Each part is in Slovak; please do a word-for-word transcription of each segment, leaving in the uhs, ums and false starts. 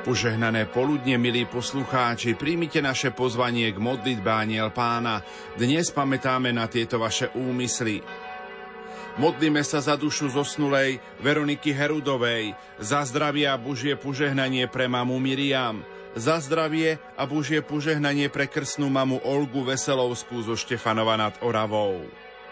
Požehnané poludne, milí poslucháči, príjmite naše pozvanie k modlitbe Anjel Pána. Dnes pamätáme na tieto vaše úmysly. Modlíme sa za dušu zosnulej Veroniky Herudovej, za zdravie a Božie požehnanie pre mamu Miriam, za zdravie a Božie požehnanie pre krstnú mamu Olgu Veselovskú zo Štefanova nad Oravou.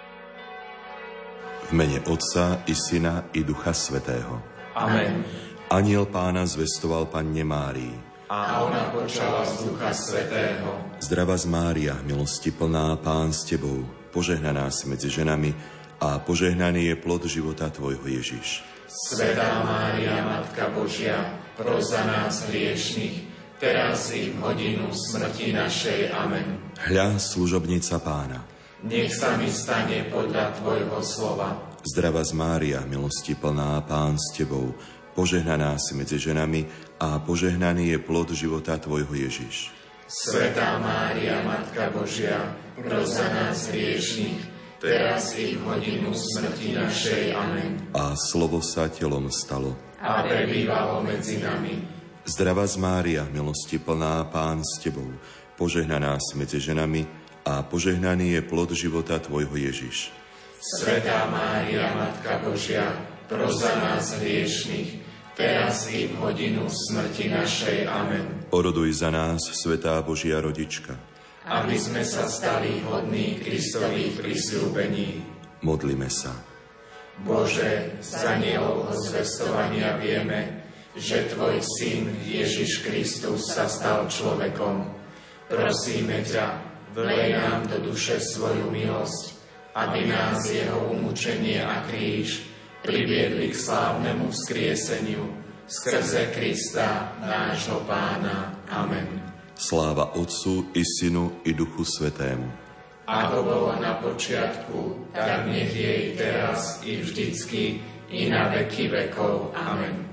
V mene Otca i Syna i Ducha Svätého. Amen. Anjel Pána zvestoval Panne Márii. A ona počala z Ducha Svätého. Zdravá z Mária, milosti plná, Pán s tebou, požehnaná si medzi ženami a požehnaný je plod života tvojho Ježiš. Svätá Mária, Matka Božia, pros za nás hriešnych, teraz i v hodinu smrti našej. Amen. Hľa, služobnica Pána. Nech sa mi stane podľa tvojho slova. Zdravá z Mária, milosti plná, Pán s tebou, požehnaná si medzi ženami a požehnaný je plod života tvojho Ježiš. Svätá Mária, Matka Božia, pros za nás hriešnych, teraz i v hodinu smrti našej. Amen. A slovo sa telom stalo A prebývalo medzi nami. Zdravá z Mária, milosti plná, Pán s tebou, požehnaná si medzi ženami a požehnaný je plod života tvojho Ježiš. Svätá Mária, Matka Božia, pros za nás hriešnych, teraz i v hodinu smrti našej. Amen. Oroduj za nás, Svätá Božia Rodička, aby sme sa stali hodní Kristových prisľúbení. modlime sa. Bože, z anjelovho zvestovania vieme, že Tvoj Syn Ježiš Kristus sa stal človekom. Prosíme ťa, vlej nám do duše svoju milosť, aby nás jeho umúčenie a kríž priviedli k slávnemu vzkrieseniu skrze Krista, nášho Pána. Amen. Sláva Otcu i Synu i Duchu Svätému. Ako bola na počiatku, tak nech jej teraz i vždycky, i na veky vekov. Amen.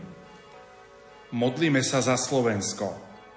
Modlíme sa za Slovensko.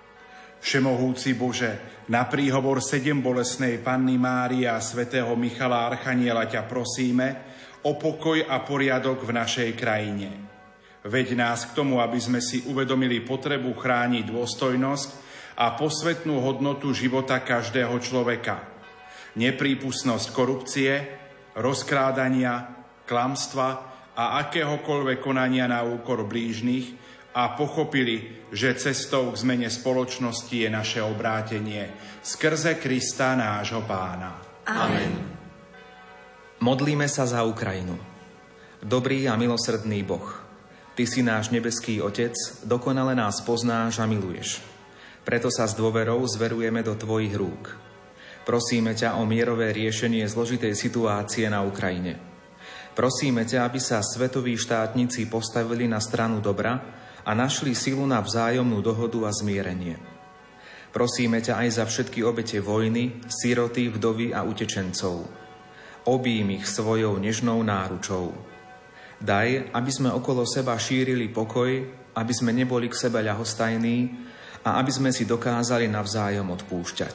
Všemohúci Bože, na príhovor sedem bolesnej Panny Márie a svätého Michala Archaniela ťa prosíme o pokoj a poriadok v našej krajine. Veď nás k tomu, aby sme si uvedomili potrebu chrániť dôstojnosť a posvätnú hodnotu života každého človeka. Neprípustnosť korupcie, rozkrádania, klamstva a akéhokoľvek konania na úkor blížnych a pochopili, že cestou k zmene spoločnosti je naše obrátenie skrze Krista nášho Pána. Amen. Modlíme sa za Ukrajinu. Dobrý a milosrdný Boh, Ty si náš nebeský Otec, dokonale nás poznáš a miluješ. Preto sa s dôverou zverujeme do Tvojich rúk. Prosíme ťa o mierové riešenie zložitej situácie na Ukrajine. Prosíme ťa, aby sa svetoví štátnici postavili na stranu dobra a našli silu na vzájomnú dohodu a zmierenie. Prosíme ťa aj za všetky obete vojny, siroty, vdovy a utečencov. Obím ich svojou nežnou náručou. Daj, aby sme okolo seba šírili pokoj, aby sme neboli k sebe ľahostajní a aby sme si dokázali navzájom odpúšťať.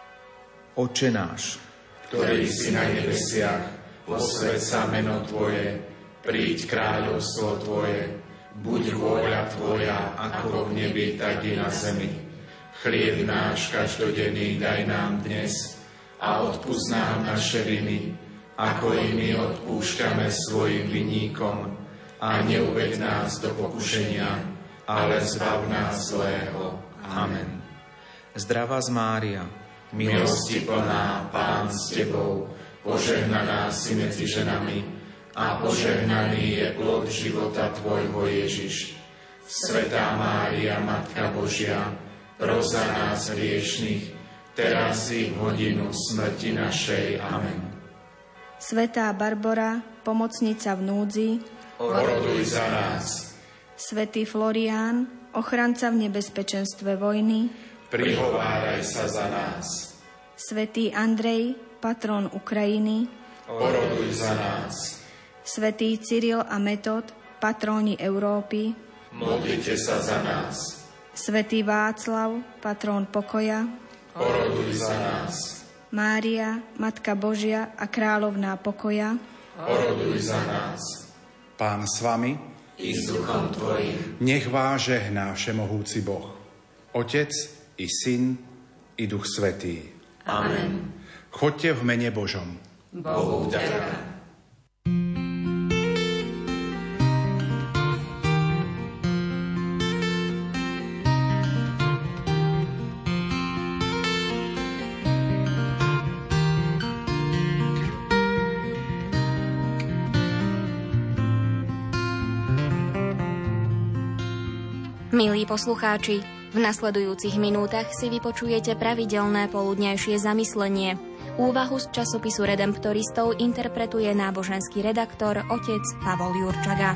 Otče náš, ktorý si na nebesiach, posväť sa meno Tvoje, príď kráľovstvo Tvoje, buď vôľa Tvoja, ako v nebi, tak i na zemi. Chlieb náš každodenný daj nám dnes a odpusť nám naše viny, ako i my odpúšťame svojim vinníkom, a neuveď nás do pokušenia, ale zbav nás zlého. Amen. Zdravá z Mária, milosti plná, Pán s Tebou, požehnaná si medzi ženami a požehnaný je plod života Tvojho Ježiš. Svätá Mária, Matka Božia, pros za nás hriešnych, teraz i v hodinu smrti našej. Amen. Svätá Barbora, pomocnica v núdzi, oroduj za nás. Svätý Florián, ochranca v nebezpečenstve vojny, prihováraj sa za nás. Svätý Andrej, patron Ukrajiny, oroduj za nás. Svätý Cyril a Metod, patróni Európy, modlite sa za nás. Svätý Václav, patrón pokoja, oroduj za nás. Mária, Matka Božia a kráľovná pokoja, oroduj za nás. Pán s vami, i s duchom tvojim. Nech vás žehná všemohúci Boh, Otec i Syn i Duch Svätý. Amen. Choďte v mene Božom. Bohu vďaka. Milí poslucháči, v nasledujúcich minútach si vypočujete pravidelné poludňajšie zamyslenie. Úvahu z časopisu Redemptoristov interpretuje náboženský redaktor otec Pavol Jurčaga.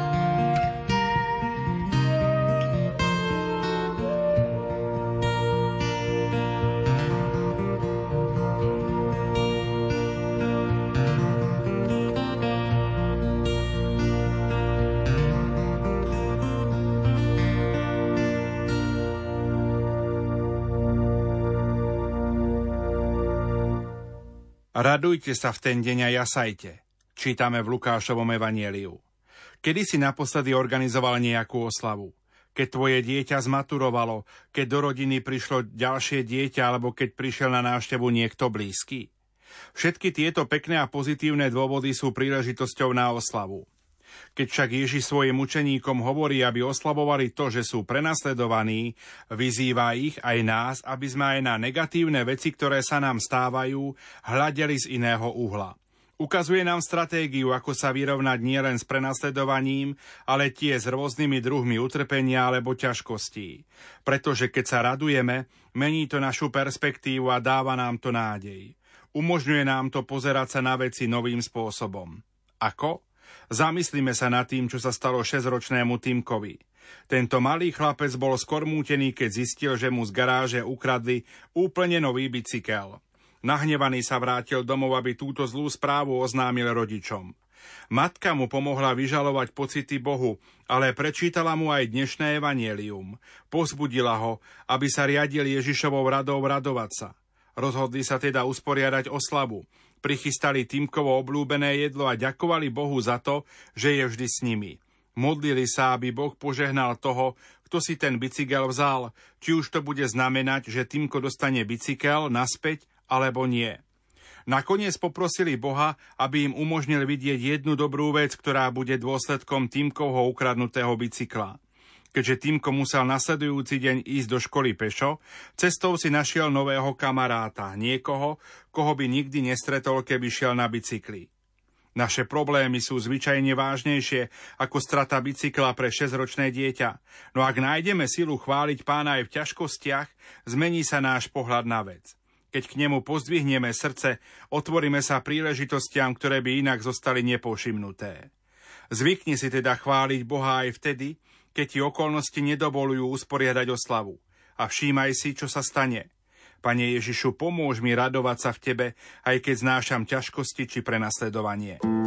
Radujte sa v ten deň a jasajte, čítame v Lukášovom evanjeliu. Kedy si naposledy organizoval nejakú oslavu? Keď tvoje dieťa zmaturovalo, keď do rodiny prišlo ďalšie dieťa alebo keď prišiel na návštevu niekto blízky? Všetky tieto pekné a pozitívne dôvody sú príležitosťou na oslavu. Keď však Ježiš svojim učeníkom hovorí, aby oslavovali to, že sú prenasledovaní, vyzýva ich aj nás, aby sme aj na negatívne veci, ktoré sa nám stávajú, hľadeli z iného uhla. Ukazuje nám stratégiu, ako sa vyrovnať nielen s prenasledovaním, ale tiež s rôznymi druhmi utrpenia alebo ťažkostí. Pretože keď sa radujeme, mení to našu perspektívu a dáva nám to nádej. Umožňuje nám to pozerať sa na veci novým spôsobom. Ako? Zamyslíme sa nad tým, čo sa stalo šesťročnému Timkovi. Tento malý chlapec bol skormútený, keď zistil, že mu z garáže ukradli úplne nový bicykel. Nahnevaný sa vrátil domov, aby túto zlú správu oznámil rodičom. Matka mu pomohla vyžalovať pocity Bohu, ale prečítala mu aj dnešné evanjelium. Povzbudila ho, aby sa riadil Ježišovou radou radovať sa. Rozhodli sa teda usporiadať oslavu. Prichystali Timkovo obľúbené jedlo a ďakovali Bohu za to, že je vždy s nimi. Modlili sa, aby Boh požehnal toho, kto si ten bicykel vzal, či už to bude znamenať, že Timko dostane bicykel naspäť, alebo nie. Nakoniec poprosili Boha, aby im umožnil vidieť jednu dobrú vec, ktorá bude dôsledkom Timkovho ukradnutého bicykla. Keďže Timko musel nasledujúci deň ísť do školy pešo, cestou si našiel nového kamaráta, niekoho, koho by nikdy nestretol, keby šiel na bicykli. Naše problémy sú zvyčajne vážnejšie ako strata bicykla pre šesťročné dieťa. No ak nájdeme silu chváliť Pána aj v ťažkostiach, zmení sa náš pohľad na vec. Keď k nemu pozdvihneme srdce, otvoríme sa príležitostiam, ktoré by inak zostali nepovšimnuté. Zvykni si teda chváliť Boha aj vtedy, keď ti okolnosti nedovolujú usporiadať oslavu. A všímaj si, čo sa stane. Pane Ježišu, pomôž mi radovať sa v Tebe, aj keď znášam ťažkosti či prenasledovanie.